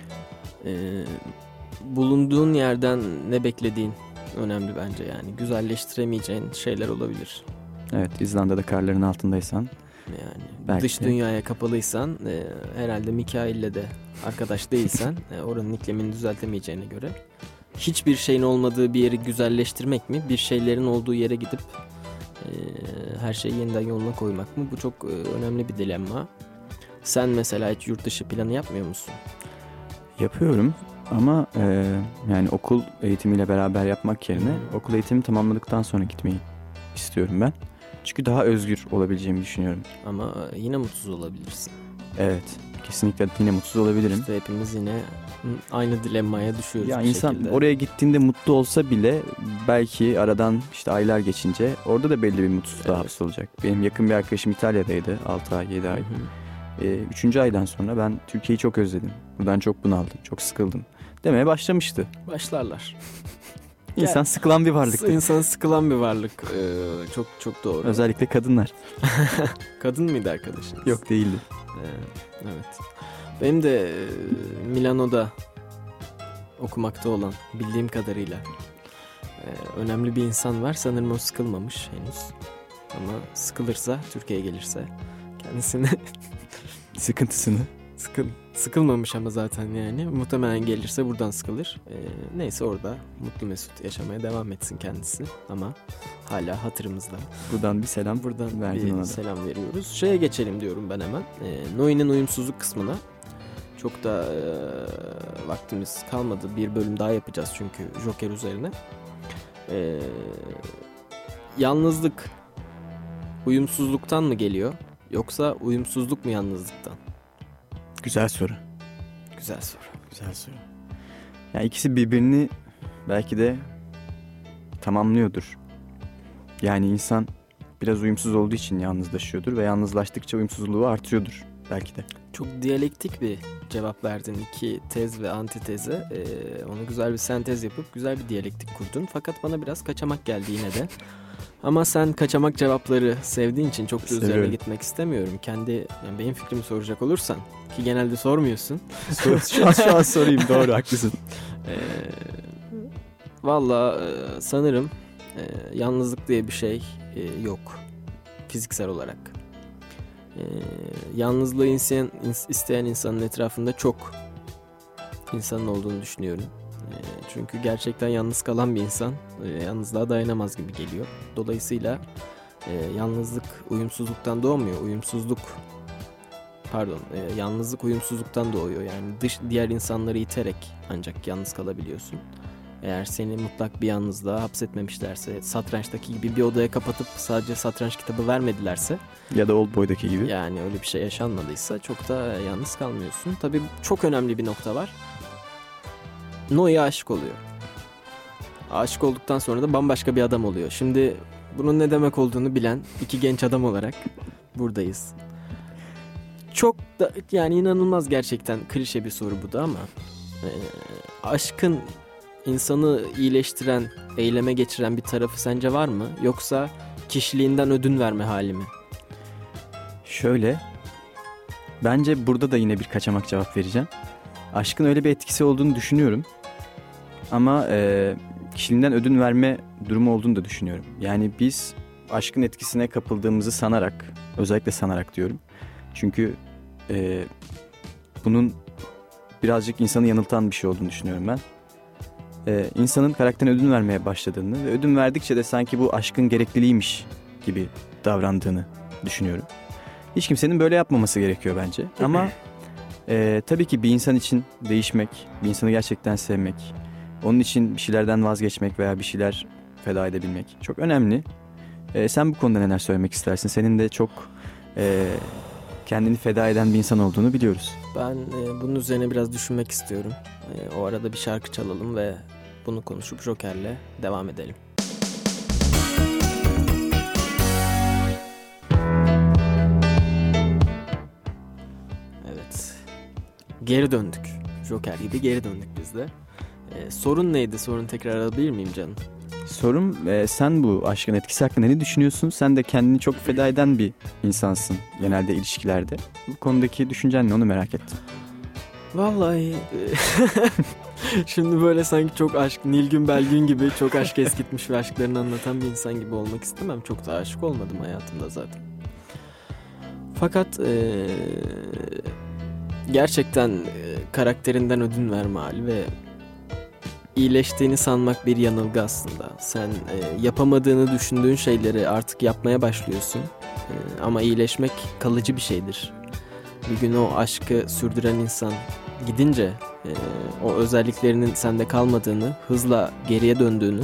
Ee, bulunduğun yerden ne beklediğin önemli bence yani. Güzelleştiremeyeceğin şeyler olabilir. Evet, İzlanda'da karların altındaysan. Yani belki dış dünyaya kapalıysan, e, herhalde Mikail'le de arkadaş değilsen, e, oranın iklimini düzeltemeyeceğine göre hiçbir şeyin olmadığı bir yeri güzelleştirmek mi, bir şeylerin olduğu yere gidip e, her şeyi yeniden yoluna koymak mı? Bu çok e, önemli bir dilemma. Sen mesela hiç yurt dışı planı yapmıyor musun? Yapıyorum ama e, yani okul eğitimiyle beraber yapmak yerine Hmm. okul eğitimi tamamladıktan sonra gitmeyi istiyorum ben. Çünkü daha özgür olabileceğimi düşünüyorum. Ama e, yine mutsuz olabilirsin. Evet, kesinlikle yine mutsuz olabilirim. İşte hepimiz yine hı, aynı dilemmaya düşüyoruz Ya bir insan şekilde. oraya gittiğinde mutlu olsa bile belki aradan işte aylar geçince orada da belli bir mutsuzluğa Evet. hapsolacak. Benim yakın bir arkadaşım İtalya'daydı altı ay yedi ay. Hı hı. Ee, üçüncü aydan sonra ben Türkiye'yi çok özledim. Buradan çok bunaldım, çok sıkıldım demeye başlamıştı. Başlarlar. İnsan sıkılan bir varlıktır. İnsan sıkılan bir varlık. Ee, çok çok doğru. Özellikle kadınlar. Kadın mıydı arkadaşınız? Yok, değildi. Ee, evet. Benim de e, Milano'da okumakta olan, bildiğim kadarıyla e, önemli bir insan var. Sanırım o sıkılmamış henüz. Ama sıkılırsa, Türkiye'ye gelirse kendisini Sıkıntısını. sıkıl sıkılmamış ama zaten yani. Muhtemelen gelirse buradan sıkılır. Ee, neyse orada mutlu mesut yaşamaya devam etsin kendisi. Ama hala hatırımızda. Buradan bir selam Buradan verdin bir ona da. selam veriyoruz. Şeye geçelim diyorum ben hemen. Ee, Noi'nin uyumsuzluk kısmına. Çok da e, vaktimiz kalmadı. Bir bölüm daha yapacağız çünkü Joker üzerine. Ee, yalnızlık uyumsuzluktan mı geliyor? Yoksa uyumsuzluk mu yalnızlıktan? Güzel soru. Güzel soru. Güzel soru. Yani ikisi birbirini belki de tamamlıyordur. Yani insan biraz uyumsuz olduğu için yalnızlaşıyordur ve yalnızlaştıkça uyumsuzluğu artıyordur belki de. Çok diyalektik bir cevap verdin. İki tez ve antiteze. Ee, onu güzel bir sentez yapıp güzel bir diyalektik kurdun. Fakat bana biraz kaçamak geldi yine de. Ama sen kaçamak cevapları sevdiğin için çok da üzerine Seviyorum. gitmek istemiyorum. Kendi, yani benim fikrimi soracak olursan, ki genelde sormuyorsun. şu, an, şu an sorayım, doğru, haklısın. Ee, Valla e, sanırım e, yalnızlık diye bir şey e, yok fiziksel olarak. E, yalnızlığı isteyen, isteyen insanın etrafında çok insanın olduğunu düşünüyorum. E, çünkü gerçekten yalnız kalan bir insan e, yalnızlığa dayanamaz gibi geliyor. Dolayısıyla e, yalnızlık uyumsuzluktan doğmuyor. Uyumsuzluk Pardon, e, yalnızlık uyumsuzluktan doğuyor. Yani dış diğer insanları iterek ancak yalnız kalabiliyorsun. Eğer seni mutlak bir yalnızlığa hapsetmemişlerse, satrançtaki gibi bir odaya kapatıp sadece satranç kitabı vermedilerse, Ya da Oldboy'daki gibi. yani öyle bir şey yaşanmadıysa çok da yalnız kalmıyorsun. Tabii çok önemli bir nokta var. Noe aşık oluyor. Aşık olduktan sonra da bambaşka bir adam oluyor. Şimdi bunun ne demek olduğunu bilen iki genç adam olarak buradayız. Çok da yani inanılmaz, gerçekten klişe bir soru bu da ama e, aşkın insanı iyileştiren, eyleme geçiren bir tarafı sence var mı? Yoksa kişiliğinden ödün verme hali mi? Şöyle, bence burada da yine bir kaçamak cevap vereceğim. Aşkın öyle bir etkisi olduğunu düşünüyorum. Ama e, kişiliğinden ödün verme durumu olduğunu da düşünüyorum. Yani biz aşkın etkisine kapıldığımızı sanarak, özellikle sanarak diyorum. Çünkü e, bunun birazcık insanı yanıltan bir şey olduğunu düşünüyorum ben. E, insanın karakterine ödün vermeye başladığını ve ödün verdikçe de sanki bu aşkın gerekliliğiymiş gibi davrandığını düşünüyorum. Hiç kimsenin böyle yapmaması gerekiyor bence. Ama e, tabii ki bir insan için değişmek, bir insanı gerçekten sevmek, onun için bir şeylerden vazgeçmek veya bir şeyler feda edebilmek çok önemli. E, sen bu konuda neler söylemek istersin? Senin de çok e, kendini feda eden bir insan olduğunu biliyoruz. Ben e, bunun üzerine biraz düşünmek istiyorum. E, o arada bir şarkı çalalım ve bunu konuşup Joker'le devam edelim. Evet. Geri döndük. Joker gibi geri döndük biz de. E, E, sorun neydi? Sorunu tekrar alabilir miyim canım? Sorum e, sen bu aşkın etkisi hakkında ne düşünüyorsun? Sen de kendini çok feda eden bir insansın genelde ilişkilerde. Bu konudaki düşüncen ne, onu merak ettim. Vallahi şimdi böyle sanki çok aşk, Nilgün Belgün gibi çok aşk eskitmiş ve aşklarını anlatan bir insan gibi olmak istemem. Çok da aşık olmadım hayatımda zaten. Fakat ee, gerçekten e, karakterinden ödün verme hali ve iyileştiğini sanmak bir yanılgı aslında. Sen e, yapamadığını düşündüğün şeyleri artık yapmaya başlıyorsun. E, ama iyileşmek kalıcı bir şeydir. Bir gün o aşkı sürdüren insan gidince e, o özelliklerinin sende kalmadığını, hızla geriye döndüğünü,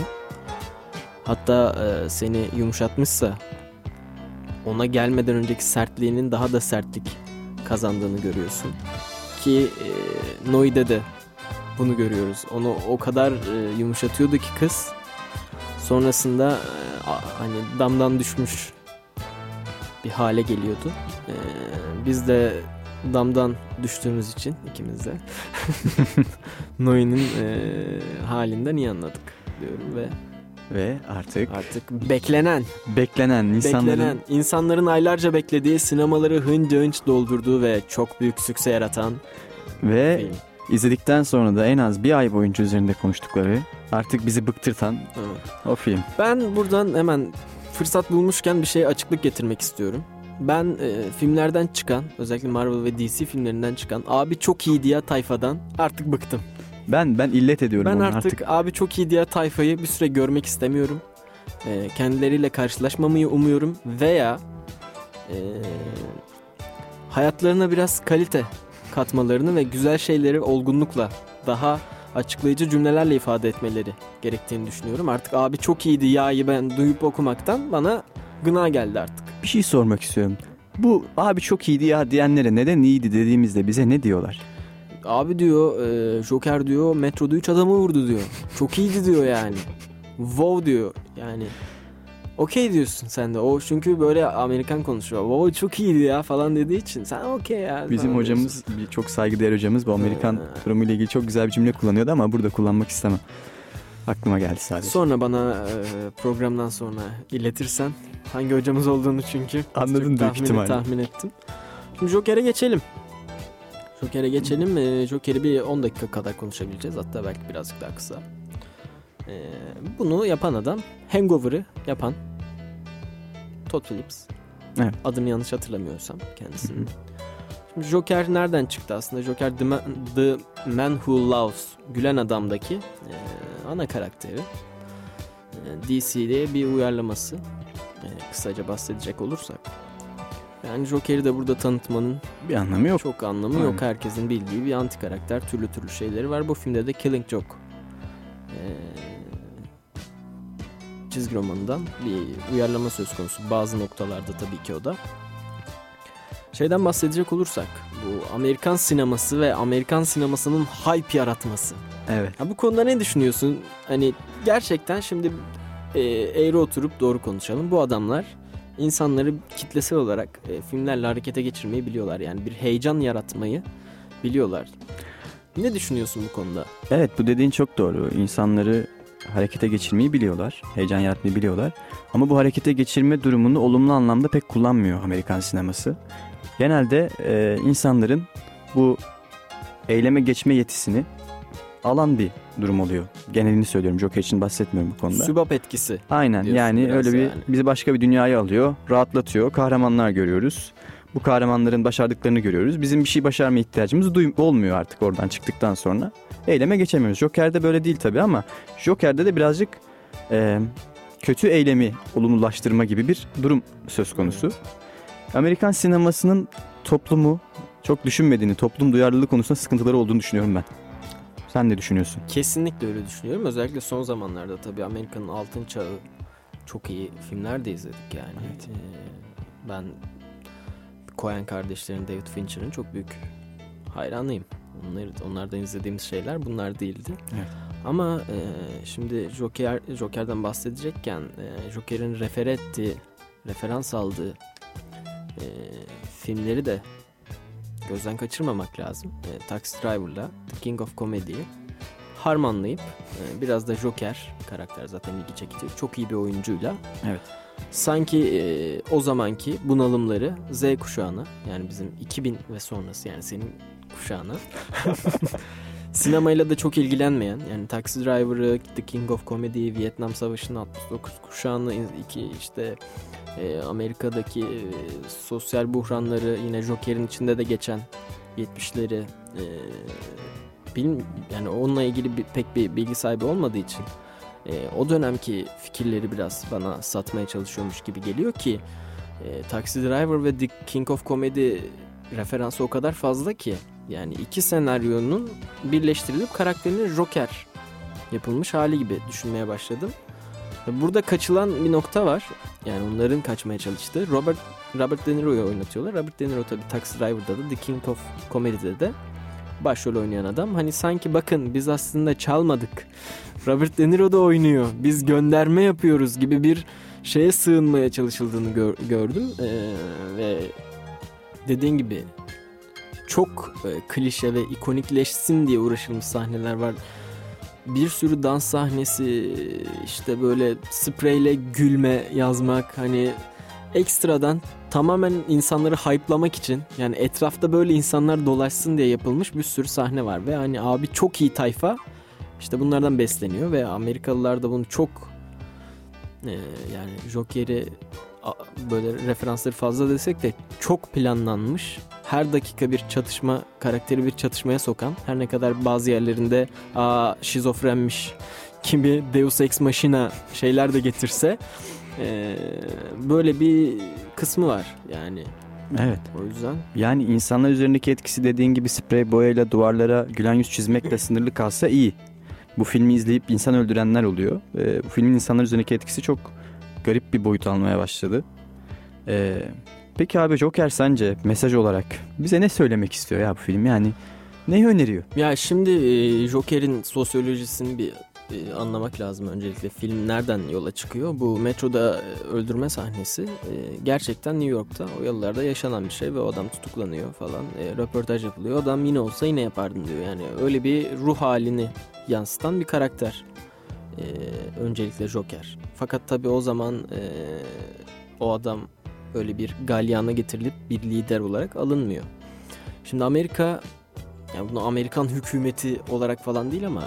hatta e, seni yumuşatmışsa ona gelmeden önceki sertliğinin daha da sertlik kazandığını görüyorsun. Ki e, Noi'de de bunu görüyoruz. Onu o kadar e, yumuşatıyordu ki kız. Sonrasında e, a, hani damdan düşmüş bir hale geliyordu. E, biz de damdan düştüğümüz için ikimiz de Noi'nin e, halinden iyi anladık diyorum ve Ve artık artık beklenen beklenen insanların beklenen insanların aylarca beklediği, sinemaları hınca hınç doldurduğu ve çok büyük sükse yaratan ve film. İzledikten sonra da en az bir ay boyunca üzerinde konuştukları, artık bizi bıktırtan Evet. o film. Ben buradan hemen fırsat bulmuşken bir şeye açıklık getirmek istiyorum. Ben e, filmlerden çıkan, özellikle Marvel ve D C filmlerinden çıkan abi çok iyiydi ya tayfadan artık bıktım. Ben ben illet ediyorum Ben onu artık, artık. abi çok iyiydi ya tayfayı bir süre görmek istemiyorum. E, kendileriyle karşılaşmamayı umuyorum veya e, hayatlarına biraz kalite katmalarını ve güzel şeyleri olgunlukla, daha açıklayıcı cümlelerle ifade etmeleri gerektiğini düşünüyorum. Artık abi çok iyiydi ya'yı ben duyup okumaktan bana gına geldi artık. Bir şey sormak istiyorum. Bu abi çok iyiydi ya diyenlere neden iyiydi dediğimizde bize ne diyorlar? Abi diyor e, Joker diyor metroda üç adamı vurdu diyor. Çok iyiydi diyor yani. Wow diyor yani. Okey diyorsun sen de. O çünkü böyle Amerikan konuşuyor. Wow çok iyiydi ya falan dediği için sen okey ya. Bizim hocamız, bir çok saygıdeğer hocamız bu Amerikan durumuyla ilgili çok güzel bir cümle kullanıyordu ama burada kullanmak istemem. Aklıma geldi sadece. Sonra bana e, programdan sonra iletirsen hangi hocamız olduğunu çünkü anladın büyük tahmin, ihtimalle. tahmin ettim. Şimdi Joker'e geçelim. Joker'e geçelim. E, Joker'i bir on dakika kadar konuşabileceğiz. Hatta belki birazcık daha kısa. E, bunu yapan adam, Hangover'ı yapan Todd Phillips. Evet. Adını yanlış hatırlamıyorsam kendisinin. Şimdi Joker nereden çıktı aslında? Joker The Man, The Man Who Loves, Gülen Adam'daki e, ana karakteri. E, D C'de bir uyarlaması. E, kısaca bahsedecek olursak. Yani Joker'i de burada tanıtmanın bir anlamı yok. Çok anlamı Aynen. yok. Herkesin bildiği bir anti karakter. Türlü türlü şeyleri var. Bu filmde de Killing Joke e, çizgi romanından bir uyarlama söz konusu. Bazı noktalarda tabii ki o da. Şeyden bahsedecek olursak, bu Amerikan sineması ve Amerikan sinemasının hype yaratması. Evet. Ya bu konuda ne düşünüyorsun? Hani gerçekten şimdi e, eğri oturup doğru konuşalım. Bu adamlar insanları kitlesel olarak e, filmlerle harekete geçirmeyi biliyorlar. Yani bir heyecan yaratmayı biliyorlar. Ne düşünüyorsun bu konuda? Evet, bu dediğin çok doğru. İnsanları harekete geçirmeyi biliyorlar. Heyecan yaratmayı biliyorlar. Ama bu harekete geçirme durumunu olumlu anlamda pek kullanmıyor Amerikan sineması. Genelde e, insanların bu eyleme geçme yetisini alan bir durum oluyor. Genelini söylüyorum. Joker için bahsetmiyorum bu konuda. Sübap etkisi. Aynen, yani öyle bir yani. Bizi başka bir dünyaya alıyor, rahatlatıyor. Kahramanlar görüyoruz. Bu kahramanların başardıklarını görüyoruz. Bizim bir şey başarmaya ihtiyacımız duy- olmuyor artık oradan çıktıktan sonra. Eyleme geçemiyoruz. Joker'de böyle değil tabii ama Joker'de de birazcık e, kötü eylemi olumlulaştırma gibi bir durum söz konusu. Amerikan sinemasının toplumu çok düşünmediğini, toplum duyarlılığı konusunda sıkıntıları olduğunu düşünüyorum ben. Sen ne düşünüyorsun? Kesinlikle öyle düşünüyorum. Özellikle son zamanlarda tabii Amerika'nın altın çağı, çok iyi filmler de izledik yani. Evet. Ee, ben Coen kardeşlerin, David Fincher'ın çok büyük hayranıyım. Onlar, onlardan izlediğimiz şeyler bunlar değildi. Evet. Ama e, şimdi Joker, Joker'den bahsedecekken e, Joker'in refer ettiği, referans aldığı e, filmleri de gözden kaçırmamak lazım. E, Taxi Driver'la The King of Comedy'yi harmanlayıp e, biraz da Joker karakter zaten ilgi çekici. Çok iyi bir oyuncuyla. Evet. Sanki e, o zamanki bunalımları Z kuşağına, yani bizim iki bin ve sonrası, yani senin kuşağına sinemayla da çok ilgilenmeyen, yani Taxi Driver'ı, The King of Comedy, Vietnam Savaşı'nın altmış dokuz kuşağını, iki işte e, Amerika'daki e, sosyal buhranları, yine Joker'in içinde de geçen yetmişleri e, bilim, yani onunla ilgili bir, pek bir bilgi sahibi olmadığı için e, o dönemki fikirleri biraz bana satmaya çalışıyormuş gibi geliyor ki e, Taxi Driver ve The King of Comedy referansı o kadar fazla ki, yani iki senaryonun birleştirilip karakterinin Joker yapılmış hali gibi düşünmeye başladım. Burada kaçılan bir nokta var. Yani onların kaçmaya çalıştığı. Robert Robert De Niro'yu oynatıyorlar. Robert De Niro tabii Taxi Driver'da da, The King of Comedy'de de başrol oynayan adam. Hani sanki bakın biz aslında çalmadık, Robert De Niro da oynuyor, biz gönderme yapıyoruz gibi bir şeye sığınmaya çalışıldığını gör, gördüm. Ee, ve dediğin gibi çok e, klişe ve ikonikleşsin diye uğraşılmış sahneler var. Bir sürü dans sahnesi, işte böyle spreyle gülme yazmak, hani ekstradan tamamen insanları hype'lamak için, yani etrafta böyle insanlar dolaşsın diye yapılmış bir sürü sahne var ve hani abi çok iyi tayfa işte bunlardan besleniyor ve Amerikalılar da bunu çok e, yani Joker'i böyle referansları fazla desek de çok planlanmış, her dakika bir çatışma, karakteri bir çatışmaya sokan, her ne kadar bazı yerlerinde aa şizofrenmiş, kimi Deus Ex Machina şeyler de getirse e, böyle bir kısmı var yani. Evet. O yüzden. Yani insanlar üzerindeki etkisi dediğin gibi sprey boyayla duvarlara gülen yüz çizmekle sınırlı kalsa iyi. Bu filmi izleyip insan öldürenler oluyor. Ee, bu filmin insanlar üzerindeki etkisi çok garip bir boyut almaya başladı. Ee, peki abi Joker sence mesaj olarak bize ne söylemek istiyor ya bu film? Yani neyi öneriyor? Ya şimdi e, Joker'in sosyolojisini bir e, anlamak lazım öncelikle. Film nereden yola çıkıyor? Bu metroda e, öldürme sahnesi e, gerçekten New York'ta o yıllarda yaşanan bir şey ve o adam tutuklanıyor falan. E, röportaj yapılıyor. Adam yine olsa yine yapardım diyor. Yani öyle bir ruh halini yansıtan bir karakter. E, öncelikle Joker. Fakat tabii o zaman e, o adam öyle bir galyana getirilip bir lider olarak alınmıyor. Şimdi Amerika, yani bunu Amerikan hükümeti olarak falan değil ama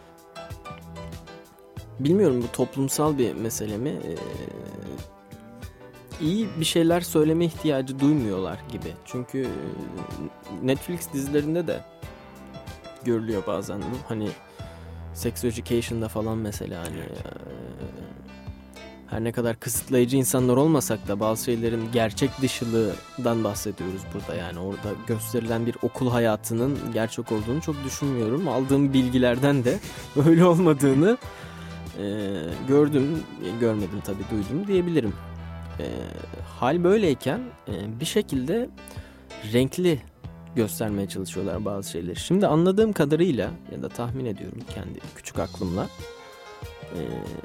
bilmiyorum, bu toplumsal bir mesele mi? Ee, iyi bir şeyler söyleme ihtiyacı duymuyorlar gibi. Çünkü Netflix dizilerinde de görülüyor bazen bu. Hani Sex Education'da falan mesela hani e, her ne kadar kısıtlayıcı insanlar olmasak da bazı şeylerin gerçek dışılığından bahsediyoruz burada. Yani orada gösterilen bir okul hayatının gerçek olduğunu çok düşünmüyorum. Aldığım bilgilerden de öyle olmadığını e, gördüm, görmedim tabii, duydum diyebilirim. E, hal böyleyken e, bir şekilde renkli göstermeye çalışıyorlar bazı şeyleri. Şimdi anladığım kadarıyla ya da tahmin ediyorum kendi küçük aklımla e,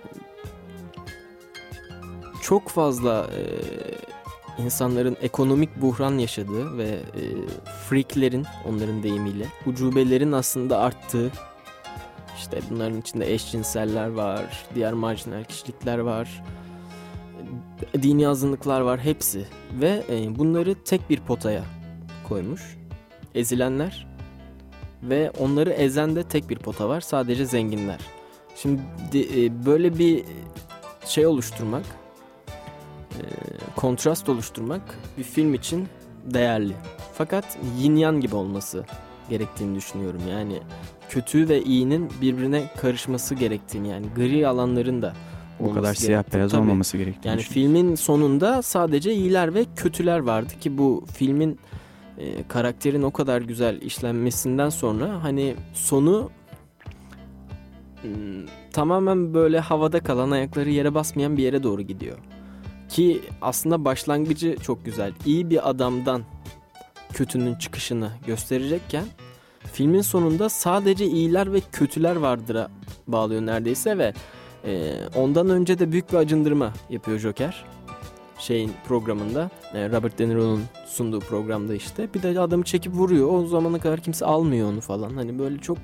çok fazla e, insanların ekonomik buhran yaşadığı ve e, freaklerin, onların deyimiyle, ucubelerin aslında arttığı, işte bunların içinde eşcinseller var, diğer marjinal kişilikler var, dini azınlıklar var, hepsi ve e, bunları tek bir potaya koymuş. Ezilenler ve onları ezen de tek bir pota var, sadece zenginler. Şimdi e, böyle bir şey oluşturmak, e, kontrast oluşturmak bir film için değerli. Fakat yin yang gibi olması gerektiğini düşünüyorum. Yani kötü ve iyinin birbirine karışması gerektiğini, yani gri alanların da o kadar siyah beyaz Tabii. olmaması gerektiğini. Yani filmin sonunda sadece iyiler ve kötüler vardı ki bu filmin e, karakterin o kadar güzel işlenmesinden sonra hani sonu m, tamamen böyle havada kalan, ayakları yere basmayan bir yere doğru gidiyor. Ki aslında başlangıcı çok güzel. İyi bir adamdan kötünün çıkışını gösterecekken filmin sonunda sadece iyiler ve kötüler vardır'a bağlıyor neredeyse ve e, ondan önce de büyük bir acındırma yapıyor Joker. Şeyin programında, e, Robert De Niro'nun sunduğu programda işte. Bir de adamı çekip vuruyor. O zamana kadar kimse almıyor onu falan. Hani böyle çok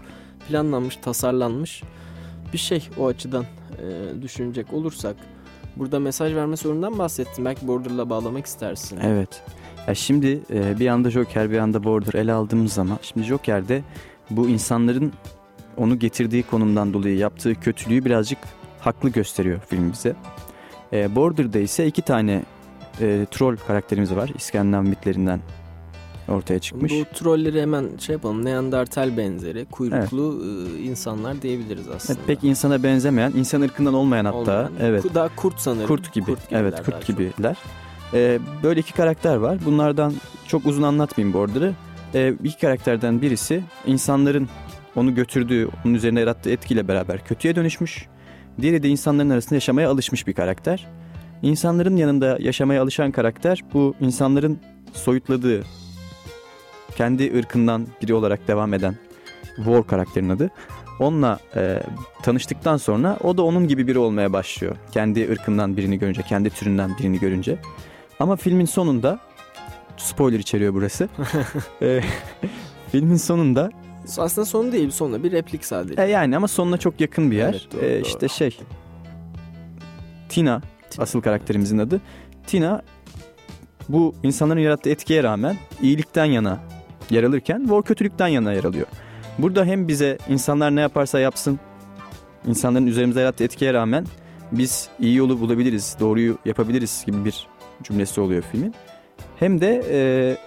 planlanmış, tasarlanmış bir şey o açıdan e, düşünecek olursak. Burada mesaj verme sorunundan bahsettim. Belki Border'la bağlamak istersin. Evet. Ya şimdi e, bir anda Joker, bir anda Border ele aldığımız zaman, şimdi Joker'de bu insanların onu getirdiği konumdan dolayı yaptığı kötülüğü birazcık haklı gösteriyor film bize. E, Border'da ise iki tane e, troll karakterimiz var. İskandinav mitlerinden ortaya çıkmış. Bu trolleri hemen şey yapalım. Neandertal benzeri, kuyruklu evet. insanlar diyebiliriz aslında. Evet, pek insana benzemeyen, insan ırkından olmayan hatta. Olmayan. Evet. Daha kurt sanırım. Kurt gibi. Kurt gibiler, evet, kurt gibiler. Ee, böyle iki karakter var. Bunlardan çok uzun anlatmayayım Border'ı. Ee, iki karakterden birisi insanların onu götürdüğü, onun üzerine yarattığı etkiyle beraber kötüye dönüşmüş. Diğeri de insanların arasında yaşamaya alışmış bir karakter. İnsanların yanında yaşamaya alışan karakter, bu insanların soyutladığı, kendi ırkından biri olarak devam eden War karakterin adı. Onunla e, tanıştıktan sonra o da onun gibi biri olmaya başlıyor. Kendi ırkından birini görünce, kendi türünden birini görünce. Ama filmin sonunda, spoiler içeriyor burası. e, filmin sonunda... Aslında sonu değil, sonunda bir replik sadece. E, yani ama sonuna çok yakın bir yer. Evet, doğru, e, doğru. İşte şey... Tina, Tina, asıl karakterimizin adı. Tina, bu insanların yarattığı etkiye rağmen iyilikten yana yer alırken War kötülükten yana yer alıyor. Burada hem bize insanlar ne yaparsa yapsın, insanların üzerimizde yarattığı etkiye rağmen biz iyi yolu bulabiliriz, doğruyu yapabiliriz gibi bir cümlesi oluyor filmin. Hem de e,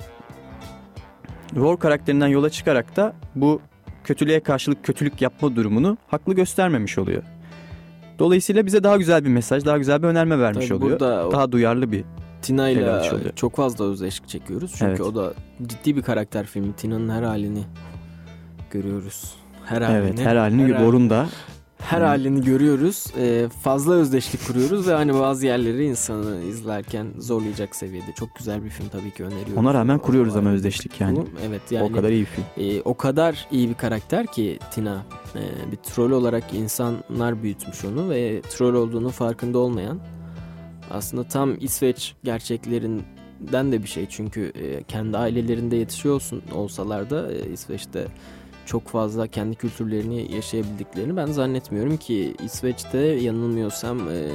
War karakterinden yola çıkarak da bu kötülüğe karşılık kötülük yapma durumunu haklı göstermemiş oluyor. Dolayısıyla bize daha güzel bir mesaj, daha güzel bir önerme vermiş Tabii oluyor. Daha duyarlı bir Tina ile çok fazla özdeşlik çekiyoruz. Çünkü evet. O da ciddi bir karakter filmi. Tina'nın her halini görüyoruz. Her halini. Evet, her halini War'unda. Her hmm. halini görüyoruz. Ee, fazla özdeşlik kuruyoruz ve hani bazı yerleri insanı izlerken zorlayacak seviyede. Çok güzel bir film, tabii ki öneriyorum. Ona rağmen kuruyoruz o, ama özdeşlik yani. Evet, yani. O kadar iyi bir film. E, o kadar iyi bir karakter ki Tina. E, bir troll olarak insanlar büyütmüş onu ve troll olduğunu farkında olmayan. Aslında tam İsveç gerçeklerinden de bir şey. Çünkü e, kendi ailelerinde yetişiyor olsun, olsalar da e, İsveç'te çok fazla kendi kültürlerini yaşayabildiklerini ben zannetmiyorum ki. İsveç'te yanılmıyorsam e,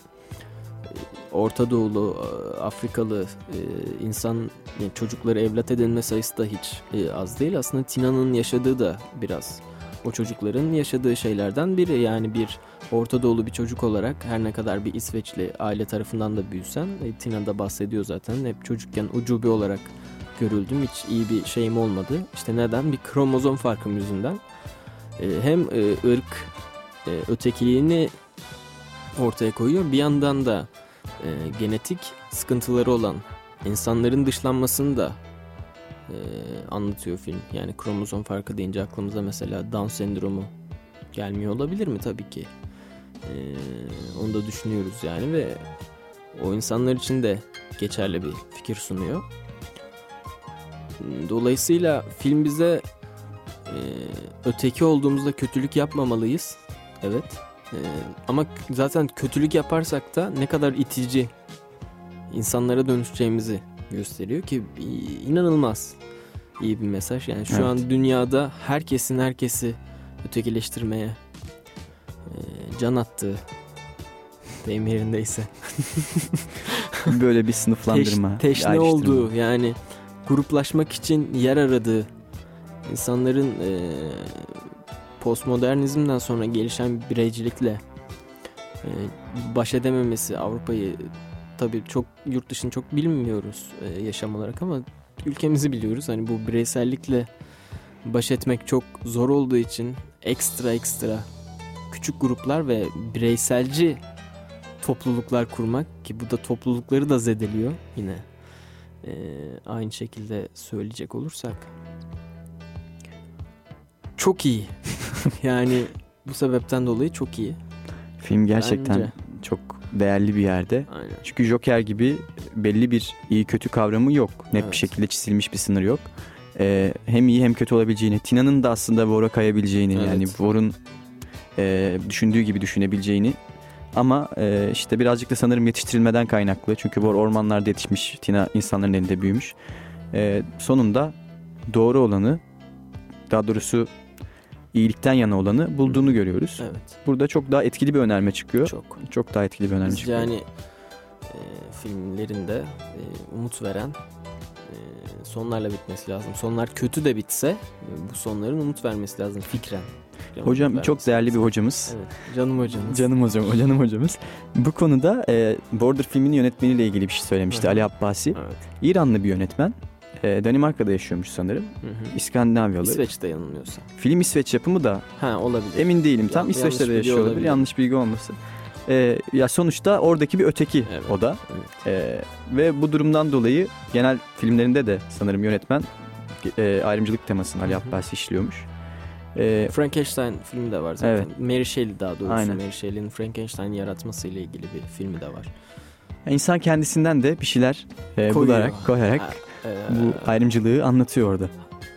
Orta Doğulu, Afrikalı e, insan, yani çocukları evlat edinme sayısı da hiç e, az değil. Aslında Tina'nın yaşadığı da biraz o çocukların yaşadığı şeylerden biri. Yani bir Orta Doğulu bir çocuk olarak her ne kadar bir İsveçli aile tarafından da büyüsen, e, Tina da bahsediyor zaten, hep çocukken ucube olarak görüldüm. Hiç iyi bir şeyim olmadı. İşte neden? Bir kromozom farkım yüzünden. E, hem e, ırk e, ötekiliğini ortaya koyuyor. Bir yandan da e, genetik sıkıntıları olan insanların dışlanmasını da e, anlatıyor film. Yani kromozom farkı deyince aklımıza mesela Down sendromu gelmiyor olabilir mi? Tabii ki. E, onu da düşünüyoruz yani ve o insanlar için de geçerli bir fikir sunuyor. Dolayısıyla film bize e, öteki olduğumuzda kötülük yapmamalıyız. Evet. E, ama zaten kötülük yaparsak da ne kadar itici insanlara dönüşeceğimizi gösteriyor ki inanılmaz iyi bir mesaj. Yani şu evet. an dünyada herkesin herkesi ötekileştirmeye e, can attığı, deyim yerindeyse böyle bir sınıflandırma, Teş, teşne olduğu, yani gruplaşmak için yer aradığı insanların e, postmodernizmden sonra gelişen bireycilikle e, baş edememesi. Avrupa'yı tabii çok, yurt dışını çok bilmiyoruz e, yaşam olarak ama ülkemizi biliyoruz. Hani bu bireysellikle baş etmek çok zor olduğu için ekstra ekstra küçük gruplar ve bireyselci topluluklar kurmak, ki bu da toplulukları da zedeliyor yine. Ee, aynı şekilde söyleyecek olursak çok iyi. Yani bu sebepten dolayı çok iyi. Film gerçekten bence çok değerli bir yerde. Aynen. Çünkü Joker gibi belli bir iyi kötü kavramı yok. Net evet. bir şekilde çizilmiş bir sınır yok. Ee, hem iyi hem kötü olabileceğini, Tina'nın da aslında War'a kayabileceğini, evet. yani War'un e, düşündüğü gibi düşünebileceğini. Ama e, işte birazcık da sanırım yetiştirilmeden kaynaklı. Çünkü War ormanlarda yetişmiş, Tina insanların elinde büyümüş. E, sonunda doğru olanı, daha doğrusu iyilikten yana olanı bulduğunu görüyoruz. Evet. Burada çok daha etkili bir önerme çıkıyor. Çok. Çok daha etkili bir önerme Biz çıkıyor. yani e, filmlerinde e, umut veren e, sonlarla bitmesi lazım. Sonlar kötü de bitse e, bu sonların umut vermesi lazım fikren. fikren Hocam çok değerli bir hocamız. Evet, canım hocamız. Canım hocam, canım hocamız. Bu konuda e, Border filminin yönetmeniyle ilgili bir şey söylemişti. Hı-hı. Ali Abbasi. Evet. İranlı bir yönetmen. E, Danimarka'da yaşıyormuş sanırım. Hı-hı. İskandinavyalı. İsveç'te yanılmıyorsa. Film İsveç yapımı da Ha, olabilir. emin değilim. Tam Yan- İsveç'te de yanlış bilgi yaşıyor olabilir. olabilir. Yanlış bilgi olmasın. E, ya sonuçta oradaki bir öteki Evet. o da. Evet. E, ve bu durumdan dolayı genel filmlerinde de sanırım yönetmen e, ayrımcılık temasını Ali Hı-hı. Abbasi işliyormuş. E, Frankenstein filmi de var zaten. Evet. Mary Shelley daha doğrusu. Aynen. Mary Shelley'nin Frankenstein'i yaratmasıyla ilgili bir filmi de var. insan kendisinden de bir şeyler e, Koyuyor. bularak, koyarak Ha, e, bu ayrımcılığı anlatıyor orada.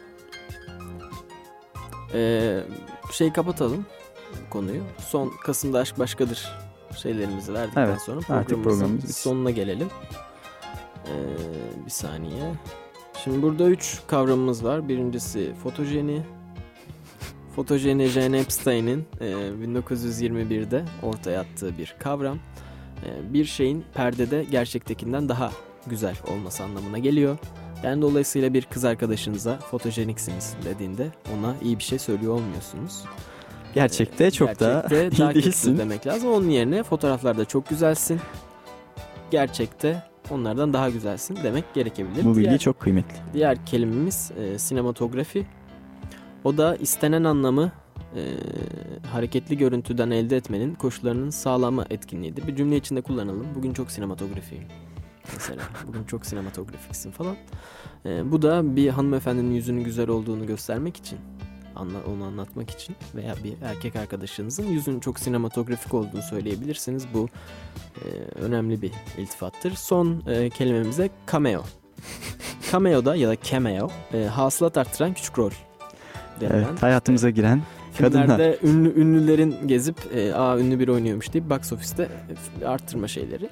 e, şeyi kapatalım konuyu. Son Kasım'da Aşk Başkadır şeylerimizi verdikten Evet, sonra programımız programımızın bitsin. sonuna gelelim. E, bir saniye. Şimdi burada üç kavramımız var. Birincisi fotojeni. Fotojeni Jane Epstein'in e, bin dokuz yüz yirmi birde ortaya attığı bir kavram. E, bir şeyin perdede gerçektekinden daha güzel olması anlamına geliyor. Yani dolayısıyla bir kız arkadaşınıza fotojeniksiniz dediğinde ona iyi bir şey söylüyor olmuyorsunuz. Gerçekte E, çok gerçekte da daha iyi kötü değilsin. demek lazım. Onun yerine fotoğraflarda çok güzelsin. Gerçekte onlardan daha güzelsin demek gerekebilir. Bu bilgi Diğer- çok kıymetli. Diğer kelimemiz e, sinematografi. O da istenen anlamı e, hareketli görüntüden elde etmenin koşullarının sağlama etkinliğidir. Bir cümle içinde kullanalım. Bugün çok sinematografiyim. Mesela bugün çok sinematografiksin falan. E, bu da bir hanımefendinin yüzünün güzel olduğunu göstermek için, anla, onu anlatmak için veya bir erkek arkadaşınızın yüzünün çok sinematografik olduğunu söyleyebilirsiniz. Bu e, önemli bir iltifattır. Son e, kelimemize cameo. Cameo'da ya da cameo e, hasılat arttıran küçük rol. denilen. Evet, hayatımıza giren kadınlar. Filmlerde ünlü ünlülerin gezip e, aa ünlü biri oynuyormuş deyip box office'te e, arttırma şeyleri.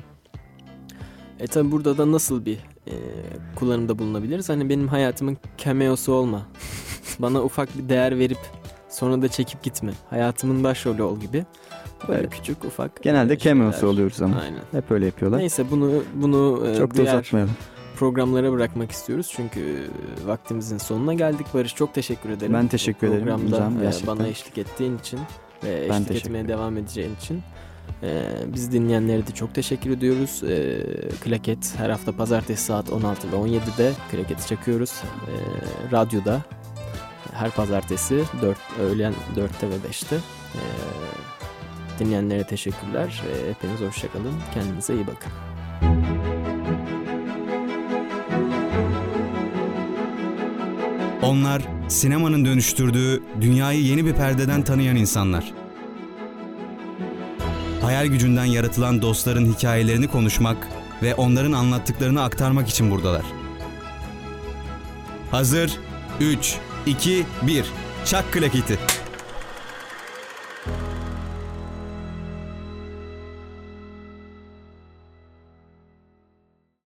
E tabi burada da nasıl bir e, kullanımda bulunabiliriz? Hani benim hayatımın cameo'su olma. Bana ufak bir değer verip sonra da çekip gitme. Hayatımın başrolü ol gibi. Böyle Evet. küçük ufak. Genelde e, cameo'su şeyler. oluyoruz ama. Aynen. Hep öyle yapıyorlar. Neyse bunu bunu e, Çok da diğer uzatmayalım. programlara bırakmak istiyoruz. Çünkü vaktimizin sonuna geldik. Barış çok teşekkür ederim. Ben teşekkür Bu ederim Programda Can, e, gerçekten. bana eşlik ettiğin için ve Ben eşlik teşekkür etmeye ederim. devam edeceğin için. E, biz dinleyenlere de çok teşekkür ediyoruz. E, Klaket her hafta pazartesi saat on altı ve on yedide Klaket'i çakıyoruz. E, radyoda her pazartesi dört, öğlen dörtte ve beşte. E, dinleyenlere teşekkürler. E, hepiniz hoşçakalın. Kendinize iyi bakın. Onlar sinemanın dönüştürdüğü dünyayı yeni bir perdeden tanıyan insanlar. Hayal gücünden yaratılan dostların hikayelerini konuşmak ve onların anlattıklarını aktarmak için buradalar. Hazır, üç, iki, bir, çak klaketi.